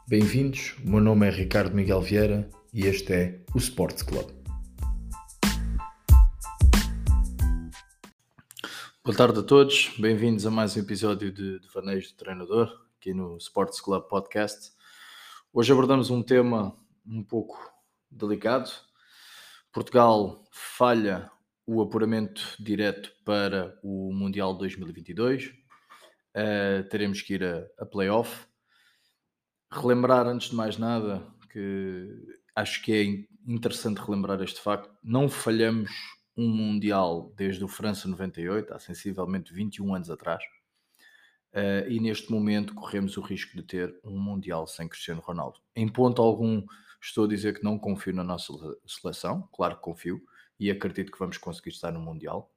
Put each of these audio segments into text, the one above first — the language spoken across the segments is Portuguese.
Bem-vindos, o meu nome é Ricardo Miguel Vieira e este é o Sports Club. Boa tarde a todos, bem-vindos a mais um episódio de Devaneios do Treinador, aqui no Sports Club Podcast. Hoje abordamos um tema um pouco delicado. Portugal falha o apuramento direto para o Mundial 2022. Teremos que ir a play-off. Relembrar, antes de mais nada, que acho que é interessante relembrar este facto. Não falhamos um Mundial desde o França 98, há sensivelmente 21 anos atrás. E neste momento corremos o risco de ter um Mundial sem Cristiano Ronaldo. Em ponto algum estou a dizer que não confio na nossa seleção, claro que confio, e acredito que vamos conseguir estar no Mundial.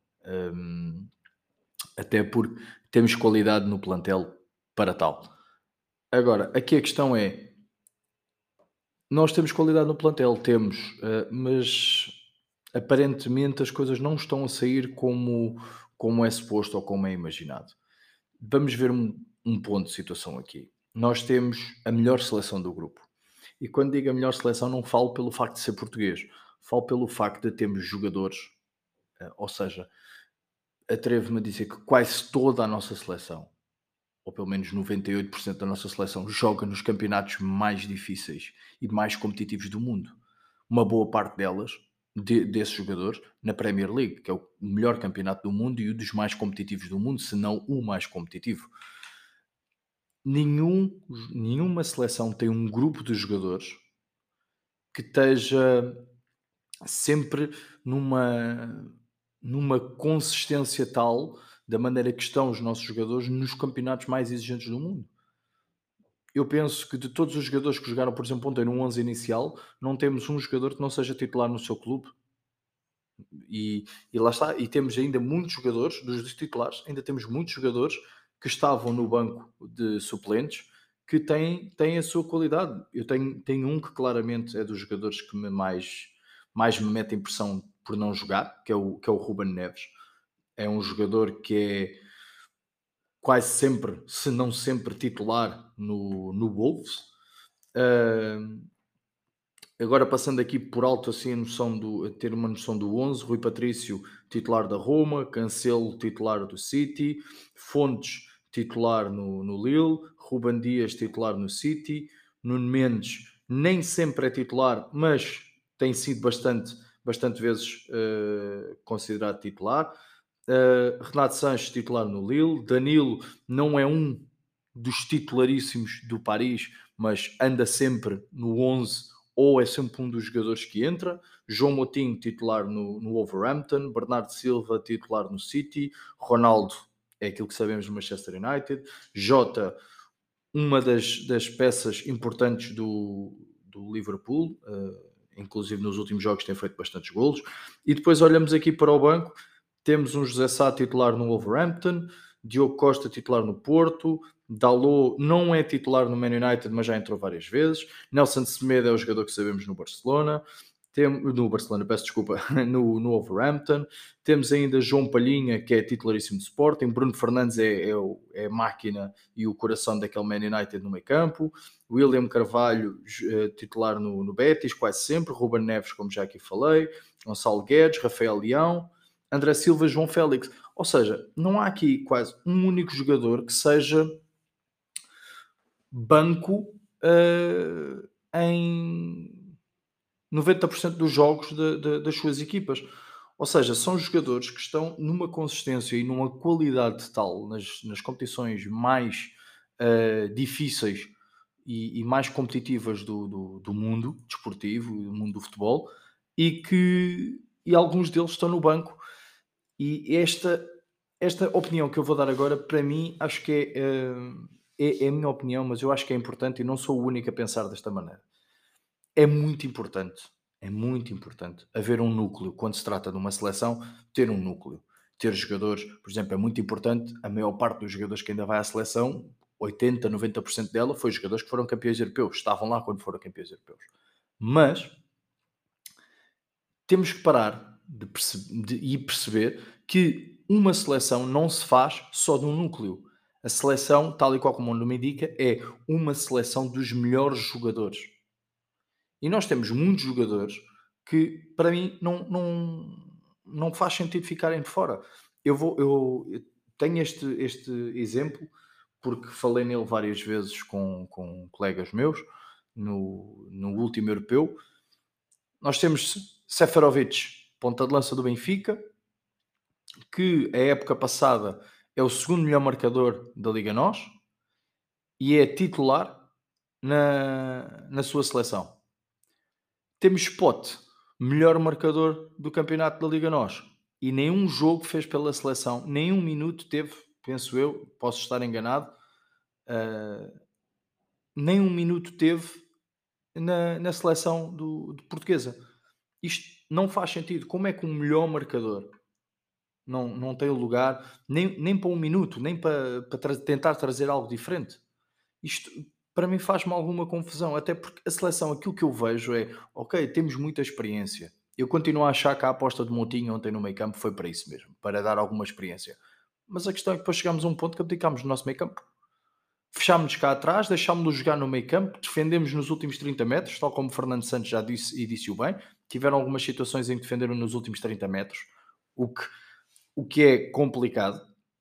Até porque temos qualidade no plantel para tal. Agora, aqui a questão é, nós temos qualidade no plantel, temos, mas aparentemente as coisas não estão a sair como é suposto ou como é imaginado. Vamos ver um ponto de situação aqui. Nós temos a melhor seleção do grupo. E quando digo a melhor seleção, não falo pelo facto de ser português, falo pelo facto de termos jogadores, ou seja, atrevo-me a dizer que quase toda a nossa seleção, ou pelo menos 98% da nossa seleção, joga nos campeonatos mais difíceis e mais competitivos do mundo. Uma boa parte delas, desses jogadores, na Premier League, que é o melhor campeonato do mundo e um dos mais competitivos do mundo, se não o mais competitivo. Nenhuma seleção tem um grupo de jogadores que esteja sempre numa consistência tal da maneira que estão os nossos jogadores nos campeonatos mais exigentes do mundo. Eu penso que de todos os jogadores que jogaram, por exemplo, ontem no 11 inicial, não temos um jogador que não seja titular no seu clube. E lá está. E temos ainda muitos jogadores, dos titulares, ainda temos muitos jogadores que estavam no banco de suplentes que têm a sua qualidade. Eu tenho um que claramente é dos jogadores que mais me mete impressão por não jogar, que é o Ruben Neves. É um jogador que é quase sempre, se não sempre, titular no Wolves. Agora passando aqui por alto assim ter uma noção do 11, Rui Patrício, titular da Roma, Cancelo, titular do City, Fontes, titular no Lille, Ruben Dias, titular no City, Nuno Mendes nem sempre é titular, mas tem sido bastante vezes considerado titular. Renato Sanches, titular no Lille, Danilo não é um dos titularíssimos do Paris, mas anda sempre no 11 ou é sempre um dos jogadores que entra. João Moutinho, titular no Wolverhampton, Bernardo Silva, titular no City, Ronaldo é aquilo que sabemos do Manchester United, Jota, uma das peças importantes do Liverpool, inclusive nos últimos jogos tem feito bastantes golos, e depois olhamos aqui para o banco, temos um José Sá titular no Wolverhampton, Diogo Costa titular no Porto, Dalot não é titular no Man United, mas já entrou várias vezes, Nelson Semedo é o jogador que sabemos no Barcelona, no Barcelona, peço desculpa, no Wolverhampton. Temos ainda João Palhinha, que é titularíssimo de Sporting. Bruno Fernandes é a máquina e o coração daquele Man United no meio campo. William Carvalho, titular no Betis, quase sempre. Ruben Neves, como já aqui falei. Gonçalo Guedes, Rafael Leão, André Silva, João Félix. Ou seja, não há aqui quase um único jogador que seja banco em 90% dos jogos das suas equipas. Ou seja, são jogadores que estão numa consistência e numa qualidade tal nas competições mais difíceis e mais competitivas do mundo desportivo, do mundo do futebol, e alguns deles estão no banco. E esta opinião que eu vou dar agora, para mim, acho que é a minha opinião, mas eu acho que é importante e não sou o único a pensar desta maneira. É muito importante haver um núcleo. Quando se trata de uma seleção, ter um núcleo. Ter jogadores, por exemplo, é muito importante. A maior parte dos jogadores que ainda vai à seleção, 80, 90% dela, foi jogadores que foram campeões europeus. Estavam lá quando foram campeões europeus. Mas temos que parar e perceber que uma seleção não se faz só de um núcleo. A seleção, tal e qual como o nome indica, é uma seleção dos melhores jogadores. E nós temos muitos jogadores que, para mim, não faz sentido ficarem de fora. Eu tenho este exemplo, porque falei nele várias vezes com colegas meus, no último europeu. Nós temos Seferovic, ponta de lança do Benfica, que a época passada é o segundo melhor marcador da Liga NOS e é titular na sua seleção. Temos Pote, melhor marcador do campeonato da Liga NOS, e nenhum jogo fez pela seleção, nenhum minuto teve, penso eu, posso estar enganado, ah, nem um minuto teve na seleção de portuguesa. Isto não faz sentido. Como é que um melhor marcador não tem lugar nem para um minuto, nem para tentar trazer algo diferente? Isto para mim faz-me alguma confusão, até porque a seleção, aquilo que eu vejo é, ok, temos muita experiência. Eu continuo a achar que a aposta de Moutinho ontem no meio campo foi para isso mesmo, para dar alguma experiência. Mas a questão é que depois chegámos a um ponto que abdicámos do nosso meio campo. Fechámos-nos cá atrás, deixámos-nos jogar no meio campo, defendemos nos últimos 30 metros, tal como o Fernando Santos já disse e disse-o bem. Tiveram algumas situações em que defenderam nos últimos 30 metros, o que, o que é complicado.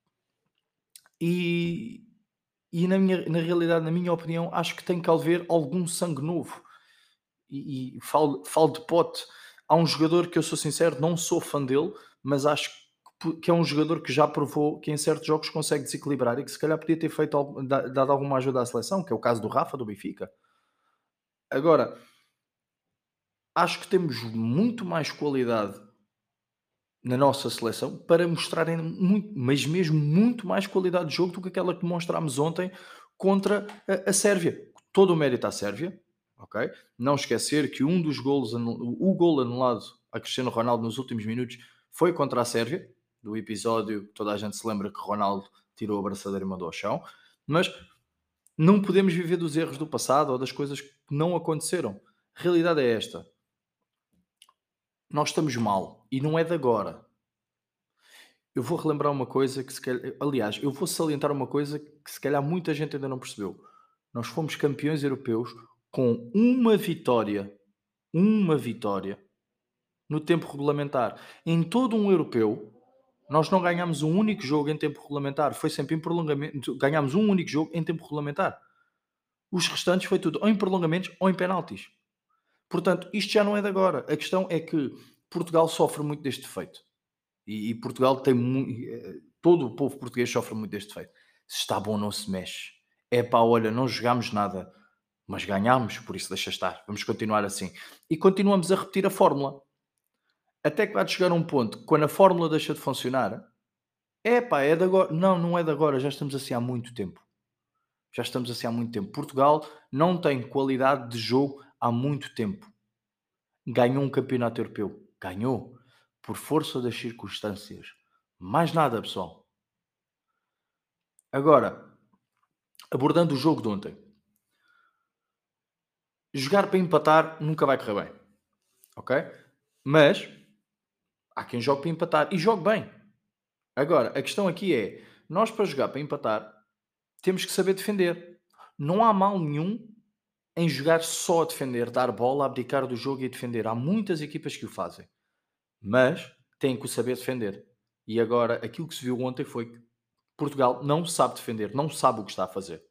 E, na realidade, na minha opinião, acho que tem que haver algum sangue novo. E falo de Pote. Há um jogador que eu sou sincero, não sou fã dele, mas acho que é um jogador que já provou que em certos jogos consegue desequilibrar e que se calhar podia ter feito, dado alguma ajuda à seleção, que é o caso do Rafa, do Benfica. Agora, acho que temos muito mais qualidade na nossa seleção para mostrarem muito, mas mesmo muito mais qualidade de jogo do que aquela que mostramos ontem contra a Sérvia. Todo o mérito à Sérvia, ok? Não esquecer que um dos golos, o gol anulado a Cristiano Ronaldo nos últimos minutos foi contra a Sérvia, do episódio que toda a gente se lembra que Ronaldo tirou a braçadeira e mandou ao chão, mas não podemos viver dos erros do passado ou das coisas que não aconteceram. A realidade é esta. Nós estamos mal e não é de agora. Eu vou relembrar uma coisa que se calhar, aliás, eu vou salientar uma coisa que se calhar muita gente ainda não percebeu. Nós fomos campeões europeus com uma vitória no tempo regulamentar. Em todo um europeu, nós não ganhámos um único jogo em tempo regulamentar. Foi sempre em prolongamento. Ganhámos um único jogo em tempo regulamentar. Os restantes foi tudo ou em prolongamentos ou em penaltis. Portanto, isto já não é de agora. A questão é que Portugal sofre muito deste defeito. E Portugal tem todo o povo português sofre muito deste defeito. Se está bom, não se mexe. É pá, olha, não jogámos nada, mas ganhámos, por isso deixa estar. Vamos continuar assim. E continuamos a repetir a fórmula. Até que vai chegar um ponto que quando a fórmula deixa de funcionar, é pá, é de agora. Não, não é de agora, já estamos assim há muito tempo. Já estamos assim há muito tempo. Portugal não tem qualidade de jogo há muito tempo. Ganhou um campeonato europeu. Ganhou. Por força das circunstâncias. Mais nada, pessoal. Agora, abordando o jogo de ontem. Jogar para empatar nunca vai correr bem. Ok? Mas há quem jogue para empatar. E jogue bem. Agora, a questão aqui é: nós para jogar para empatar temos que saber defender. Não há mal nenhum em jogar só a defender, dar bola, abdicar do jogo e defender. Há muitas equipas que o fazem. Mas têm que o saber defender. E agora, aquilo que se viu ontem foi que Portugal não sabe defender, não sabe o que está a fazer.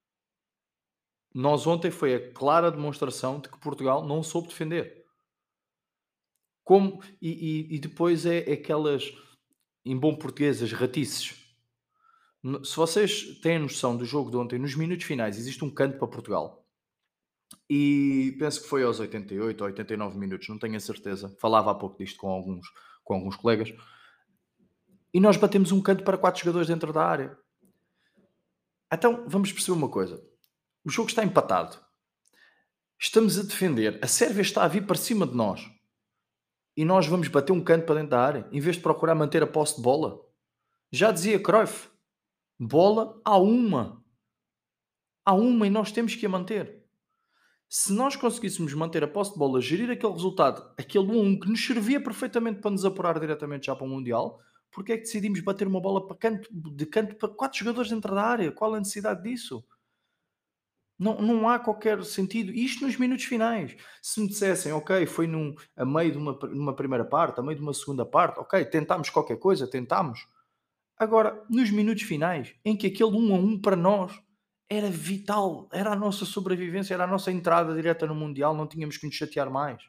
Nós ontem foi a clara demonstração de que Portugal não soube defender. Como, e depois é aquelas, em bom português, as ratices. Se vocês têm a noção do jogo de ontem, nos minutos finais existe um canto para Portugal. E penso que foi aos 88 ou 89 minutos, não tenho a certeza. Falava há pouco disto com alguns colegas. E nós batemos um canto para 4 jogadores dentro da área. Então, vamos perceber uma coisa. O jogo está empatado. Estamos a defender. A Sérvia está a vir para cima de nós. E nós vamos bater um canto para dentro da área, em vez de procurar manter a posse de bola. Já dizia Cruyff, bola há uma. Há uma e nós temos que a manter. Se nós conseguíssemos manter a posse de bola, gerir aquele resultado, aquele 1-1 que nos servia perfeitamente para nos apurar diretamente já para o Mundial, Porque é que decidimos bater uma bola de canto para 4 jogadores dentro da área? Qual a necessidade disso? Não há qualquer sentido. Isto nos minutos finais. Se me dissessem, ok, foi a meio de numa primeira parte, a meio de uma segunda parte, ok, tentámos qualquer coisa, tentámos. Agora, nos minutos finais, em que aquele 1-1 para nós era vital, era a nossa sobrevivência, era a nossa entrada direta no Mundial, não tínhamos que nos chatear mais.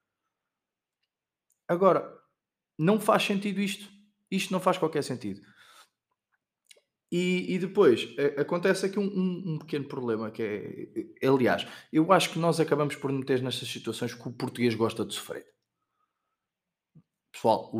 Agora, não faz sentido isto. Isto não faz qualquer sentido. E depois, acontece aqui um pequeno problema que aliás, eu acho que nós acabamos por meter nestas situações que o português gosta de sofrer. Pessoal,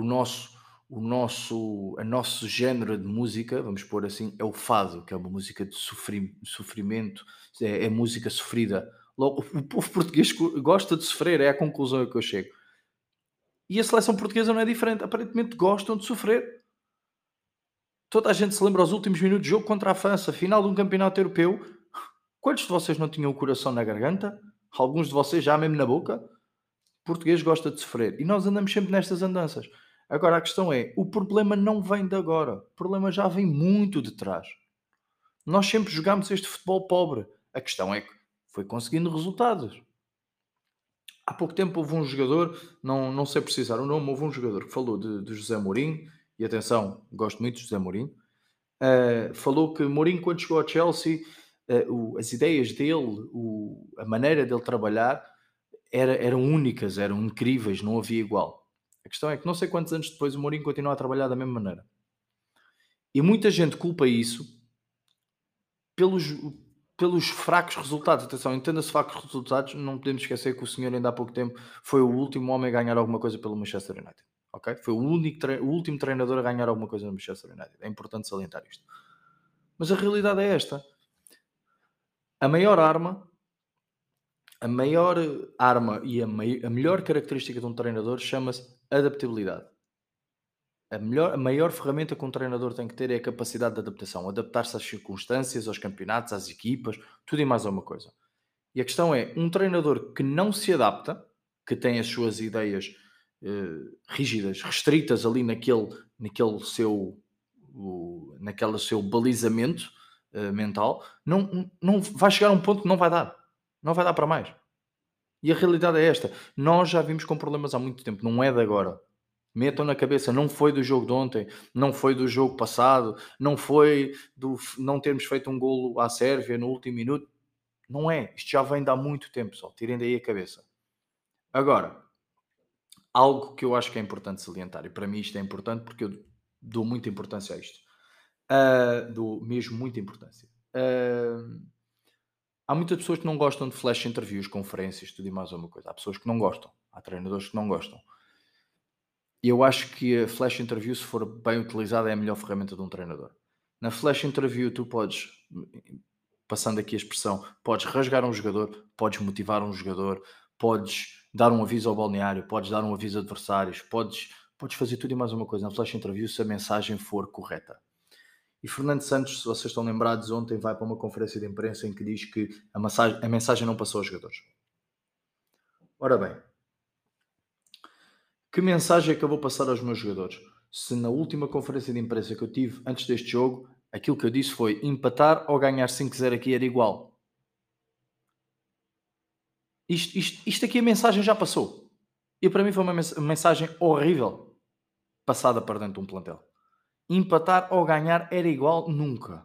o nosso género de música, vamos pôr assim, é o fado, que é uma música de sofrimento, é música sofrida. Logo, o povo português gosta de sofrer, é a conclusão a que eu chego. E a seleção portuguesa não é diferente, aparentemente gostam de sofrer. Toda a gente se lembra aos últimos minutos de jogo contra a França, final de um campeonato europeu. Quantos de vocês não tinham o coração na garganta? Alguns de vocês já mesmo na boca? O português gosta de sofrer. E nós andamos sempre nestas andanças. Agora a questão é, o problema não vem de agora. O problema já vem muito de trás. Nós sempre jogámos este futebol pobre. A questão é que foi conseguindo resultados. Há pouco tempo houve um jogador, não sei precisar o nome, houve um jogador que falou de José Mourinho, e atenção, gosto muito de José Mourinho, falou que Mourinho, quando chegou ao Chelsea, as ideias dele, a maneira dele trabalhar eram únicas, eram incríveis, não havia igual. A questão é que não sei quantos anos depois o Mourinho continua a trabalhar da mesma maneira. E muita gente culpa isso pelos, pelos fracos resultados. Atenção, entenda-se fracos resultados, não podemos esquecer que o senhor ainda há pouco tempo foi o último homem a ganhar alguma coisa pelo Manchester United. Ok? Foi o último treinador a ganhar alguma coisa no Manchester United. É importante salientar isto. Mas a realidade é esta. A maior arma, a melhor característica de um treinador chama-se adaptabilidade. A maior ferramenta que um treinador tem que ter é a capacidade de adaptação, adaptar-se às circunstâncias, aos campeonatos, às equipas, tudo e mais alguma coisa. E a questão é, um treinador que não se adapta, que tem as suas ideias rígidas, restritas ali naquele seu balizamento mental, não vai chegar a um ponto que não vai dar. Não vai dar para mais. E a realidade é esta. Nós já vimos com problemas há muito tempo, não é de agora. Metam na cabeça, não foi do jogo de ontem, não foi do jogo passado, não foi do não termos feito um golo à Sérvia no último minuto. Não é. Isto já vem de há muito tempo, pessoal. Tirem daí a cabeça. Agora, algo que eu acho que é importante salientar, e para mim isto é importante porque eu dou muita importância a isto. Dou mesmo muita importância. Há muitas pessoas que não gostam de flash interviews, conferências, tudo e mais alguma coisa. Há pessoas que não gostam. Há treinadores que não gostam. E eu acho que a flash interview, se for bem utilizada, é a melhor ferramenta de um treinador. Na flash interview, tu podes, passando aqui a expressão, podes rasgar um jogador, podes motivar um jogador, podes dar um aviso ao balneário, podes dar um aviso a adversários, podes fazer tudo e mais uma coisa na flash interview se a mensagem for correta. E Fernando Santos, se vocês estão lembrados, ontem vai para uma conferência de imprensa em que diz que a mensagem não passou aos jogadores. Ora bem, que mensagem é que eu vou passar aos meus jogadores? Se na última conferência de imprensa que eu tive antes deste jogo, aquilo que eu disse foi empatar ou ganhar 5-0 aqui era igual. Isto aqui a mensagem já passou. E para mim foi uma mensagem horrível passada para dentro de um plantel. Empatar ou ganhar era igual nunca.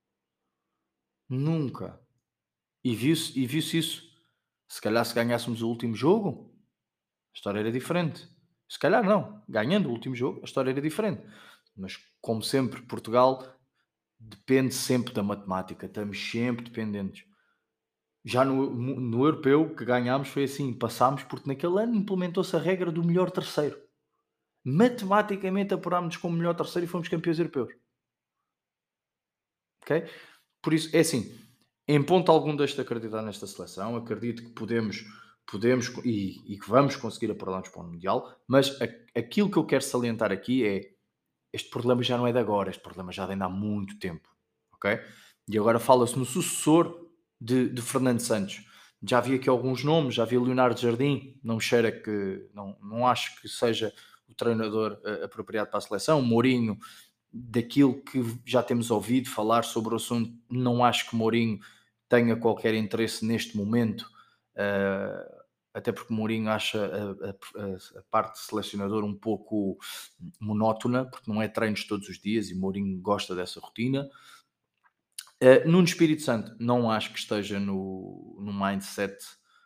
Nunca. E viu-se isso. Se calhar se ganhássemos o último jogo, a história era diferente. Se calhar não. Ganhando o último jogo, a história era diferente. Mas, como sempre, Portugal depende sempre da matemática. Estamos sempre dependentes. Já no europeu que ganhámos foi assim, passámos porque naquele ano implementou-se a regra do melhor terceiro. Matematicamente apurámos-nos como melhor terceiro e fomos campeões europeus. Ok? Por isso, é assim, em ponto algum deixo de acreditar nesta seleção, acredito que podemos e que vamos conseguir apurar-nos para o Mundial, mas aquilo que eu quero salientar aqui é, este problema já não é de agora, este problema já vem de há muito tempo, ok? E agora fala-se no sucessor de Fernando Santos. Já havia aqui alguns nomes, já havia Leonardo Jardim, não cheira que, não acho que seja o treinador apropriado para a seleção. Mourinho, daquilo que já temos ouvido falar sobre o assunto, não acho que Mourinho tenha qualquer interesse neste momento, até porque Mourinho acha a parte de selecionador um pouco monótona, porque não é treinos todos os dias e Mourinho gosta dessa rotina. Nuno Espírito Santo, não acho que esteja no mindset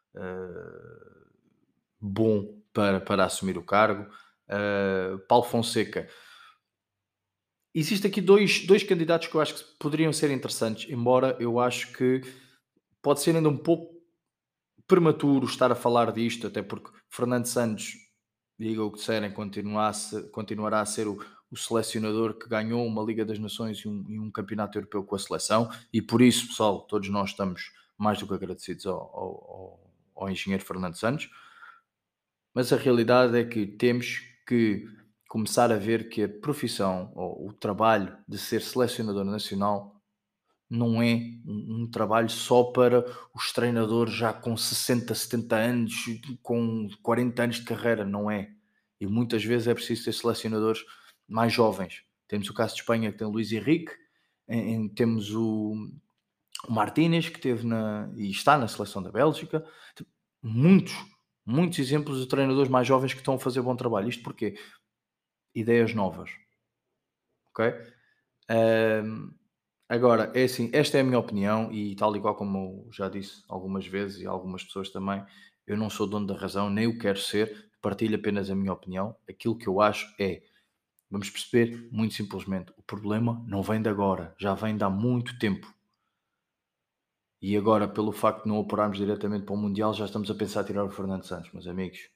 bom para assumir o cargo. Paulo Fonseca. Existem aqui dois candidatos que eu acho que poderiam ser interessantes, embora eu acho que pode ser ainda um pouco prematuro estar a falar disto, até porque Fernando Santos, diga o que disserem, continuará a ser o selecionador que ganhou uma Liga das Nações e um campeonato europeu com a seleção, e por isso, pessoal, todos nós estamos mais do que agradecidos ao engenheiro Fernando Santos. Mas a realidade é que temos que começar a ver que a profissão ou o trabalho de ser selecionador nacional não é um trabalho só para os treinadores já com 60, 70 anos, com 40 anos de carreira, não é. E muitas vezes é preciso ter selecionadores mais jovens. Temos o caso de Espanha que tem o Luís Henrique, temos o Martínez que teve e está na seleção da Bélgica. Muitos, muitos exemplos de treinadores mais jovens que estão a fazer bom trabalho. Isto porquê? Ideias novas, ok? Ahm, Agora, é assim, esta é a minha opinião e tal e qual como eu já disse algumas vezes e algumas pessoas também, eu não sou dono da razão, nem o quero ser, partilho apenas a minha opinião. Aquilo que eu acho é, vamos perceber, muito simplesmente, o problema não vem de agora, já vem de há muito tempo. E agora, pelo facto de não operarmos diretamente para o Mundial, já estamos a pensar em tirar o Fernando Santos, meus amigos.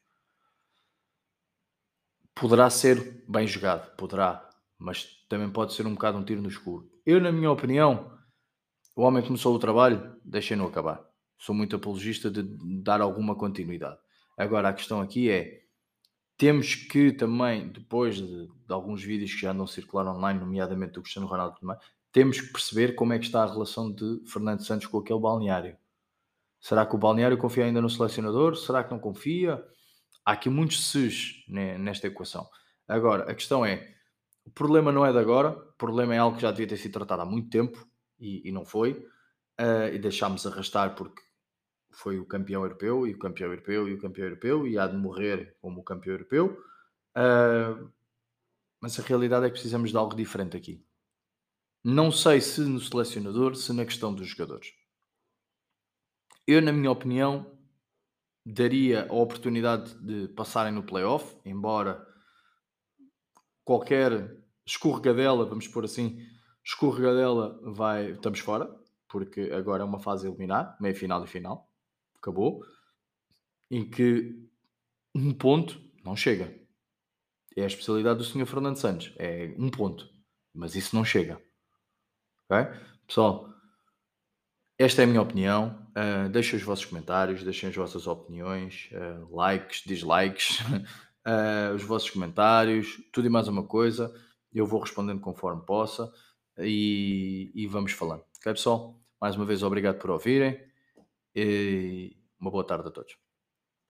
Poderá ser bem jogado, poderá, mas também pode ser um bocado um tiro no escuro. Eu, na minha opinião, o homem começou o trabalho, deixem-no acabar. Sou muito apologista de dar alguma continuidade. Agora, a questão aqui é, temos que também, depois de alguns vídeos que já andam a circular online, nomeadamente do Cristiano Ronaldo também, temos que perceber como é que está a relação de Fernando Santos com aquele balneário. Será que o balneário confia ainda no selecionador? Será que não confia? Há aqui muitos se's nesta equação. Agora, a questão é, o problema não é de agora, o problema é algo que já devia ter sido tratado há muito tempo e não foi, e deixámos arrastar porque foi o campeão europeu e o campeão europeu e o campeão europeu e há de morrer como o campeão europeu. Ah, mas a realidade é que precisamos de algo diferente aqui. Não sei se no selecionador, se na questão dos jogadores. Eu, na minha opinião, daria a oportunidade de passarem no playoff, embora qualquer escorregadela, vamos pôr assim, escorregadela estamos fora, porque agora é uma fase a eliminar, meia final e final, acabou, em que um ponto não chega. É a especialidade do senhor Fernando Santos, é um ponto, mas isso não chega, ok? Pessoal, esta é a minha opinião. Deixem os vossos comentários, deixem as vossas opiniões, likes, dislikes, os vossos comentários, tudo e mais uma coisa. Eu vou respondendo conforme possa e vamos falando. Ok, pessoal? Mais uma vez, obrigado por ouvirem e uma boa tarde a todos.